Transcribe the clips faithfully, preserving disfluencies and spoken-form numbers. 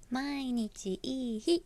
毎日いい日。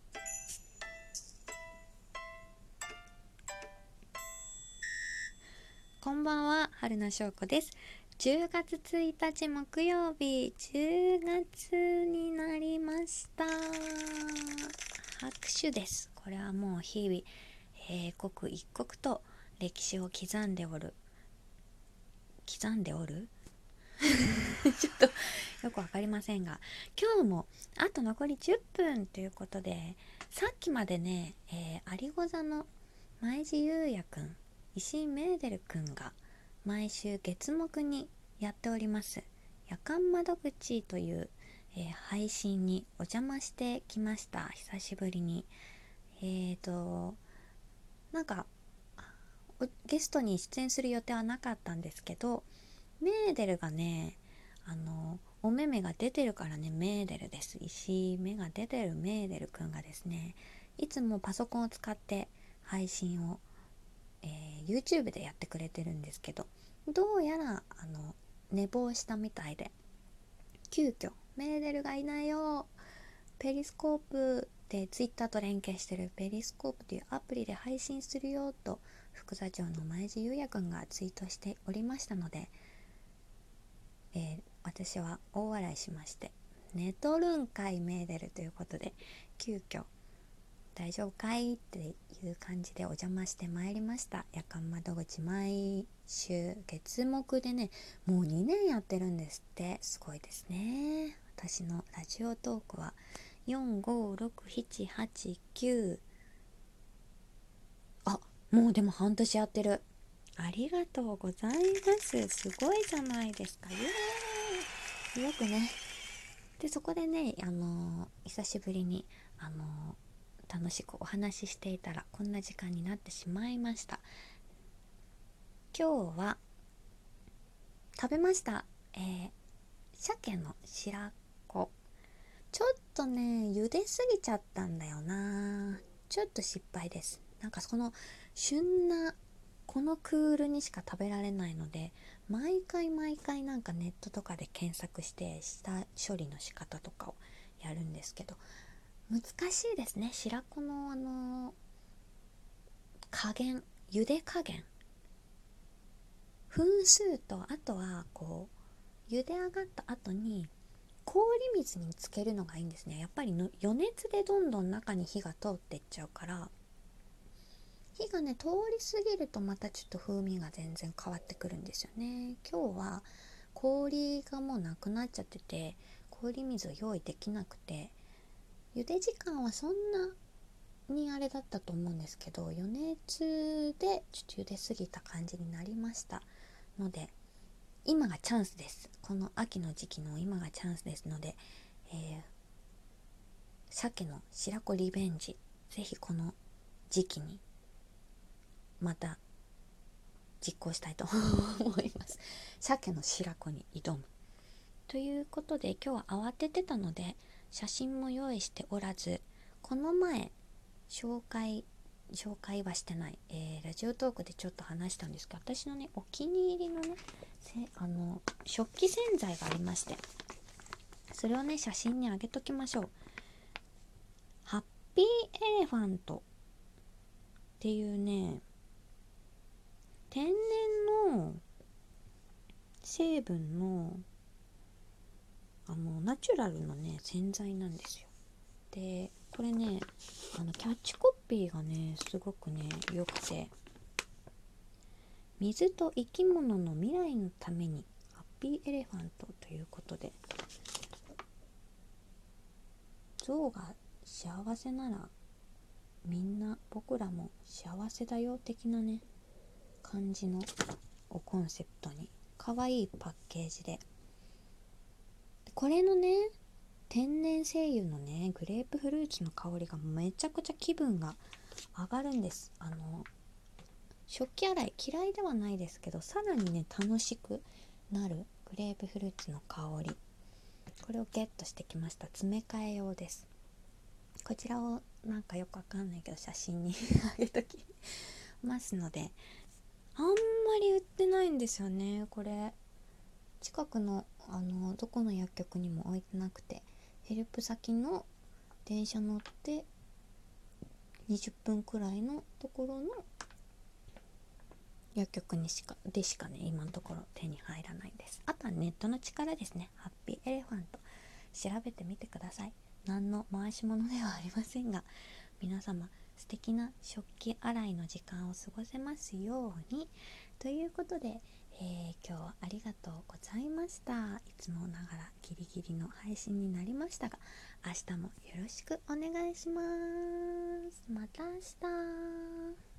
こんばんは、春名翔子です。じゅうがつついたち木曜日、じゅうがつになりました。拍手です。これはもう日々、えー刻一刻と歴史を刻んでおる刻んでおるちょっとよくわかりませんが、今日もあと残りじゅっぷんということで、さっきまでね、えー、アリゴ座の前地優也くん、石井メーデルくんが毎週月木にやっております夜間窓口という、えー、配信にお邪魔してきました。久しぶりに。えーとなんかゲストに出演する予定はなかったんですけど、メーデルがね、あのお目目が出てるからね、メーデルです。石目が出てるメーデルくんがですね、いつもパソコンを使って配信を、えー、YouTube でやってくれてるんですけど、どうやらあの寝坊したみたいで、急遽メーデルがいないよ、ペリスコープで Twitter と連携してるペリスコープというアプリで配信するよと副座長の前地優也くんがツイートしておりましたので、えー、私は大笑いしまして、寝とるんかいメーデルということで、急遽大丈夫かいっていう感じでお邪魔してまいりました。夜間窓口、毎週月木でね、もうにねんやってるんですって。すごいですね。私のラジオトークはよん、ご、ろく、しち、はち、きゅう、あ、もうでも半年やってる。ありがとうございます。すごいじゃないですか。イエーイ。よくね。でそこでね、あのー、久しぶりに、あのー、楽しくお話ししていたらこんな時間になってしまいました。今日は食べました、えー、鮭の白子。ちょっとね茹ですぎちゃったんだよな。ちょっと失敗です。なんかその旬なこのクールにしか食べられないので、毎回毎回なんかネットとかで検索して下処理の仕方とかをやるんですけど、難しいですね。白子のあの加減、茹で加減、分数と、あとはこう茹で上がった後に氷水につけるのがいいんですね。やっぱりの余熱でどんどん中に火が通っていっちゃうから、火がね通り過ぎるとまたちょっと風味が全然変わってくるんですよね。今日は氷がもうなくなっちゃってて、氷水を用意できなくて、茹で時間はそんなにあれだったと思うんですけど、余熱でちょっと茹ですぎた感じになりましたので、今がチャンスです。この秋の時期の今がチャンスですので、えー、鮭の白子リベンジ、ぜひこの時期にまた実行したいと思います。鮭の白子に挑むということで、今日は慌ててたので写真も用意しておらず、この前紹介紹介はしてない、えー、ラジオトークでちょっと話したんですけど、私のねお気に入りのねあの食器洗剤がありまして、それをね写真にあげときましょう。ハッピーエレファントっていうね、天然の成分のあのナチュラルのね洗剤なんですよ。でこれね、あのキャッチコピーがねすごくね良くて、水と生き物の未来のためにハッピーエレファントということで、象が幸せならみんな僕らも幸せだよ的なね感じのをコンセプトに、可愛いパッケージで、これのね天然精油のねグレープフルーツの香りがめちゃくちゃ気分が上がるんです。あの食器洗い嫌いではないですけど、さらにね楽しくなるグレープフルーツの香り、これをゲットしてきました。詰め替え用です。こちらをなんかよくわかんないけど写真にあげときますので、あんまり売ってないんですよねこれ。近くのあのどこの薬局にも置いてなくて、 ヘルプ先の電車乗ってにじゅっぷんくらいのところの薬局にしかでしかね今のところ手に入らないです。あとはネットの力ですね。ハッピーエレファント調べてみてください。何の回し物ではありませんが、皆様素敵な食器洗いの時間を過ごせますようにということで、えー、今日はありがとうございました。いつもながらギリギリの配信になりましたが、明日もよろしくお願いします。また明日。